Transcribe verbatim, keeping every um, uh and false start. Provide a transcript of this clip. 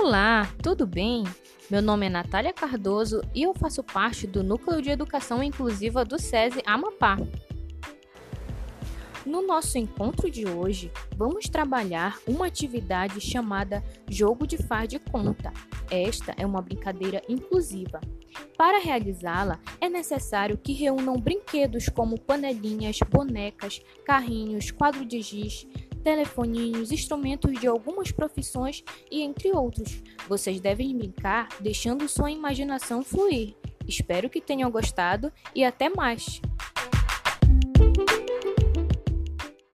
Olá, tudo bem? Meu nome é Natália Cardoso e eu faço parte do Núcleo de Educação Inclusiva do SESI Amapá. No nosso encontro de hoje, vamos trabalhar uma atividade chamada Jogo de Faz de Conta. Esta é uma brincadeira inclusiva. Para realizá-la, é necessário que reúnam brinquedos como panelinhas, bonecas, carrinhos, quadro de giz, telefoninhos, instrumentos de algumas profissões e entre outros. Vocês devem brincar deixando sua imaginação fluir. Espero que tenham gostado e até mais!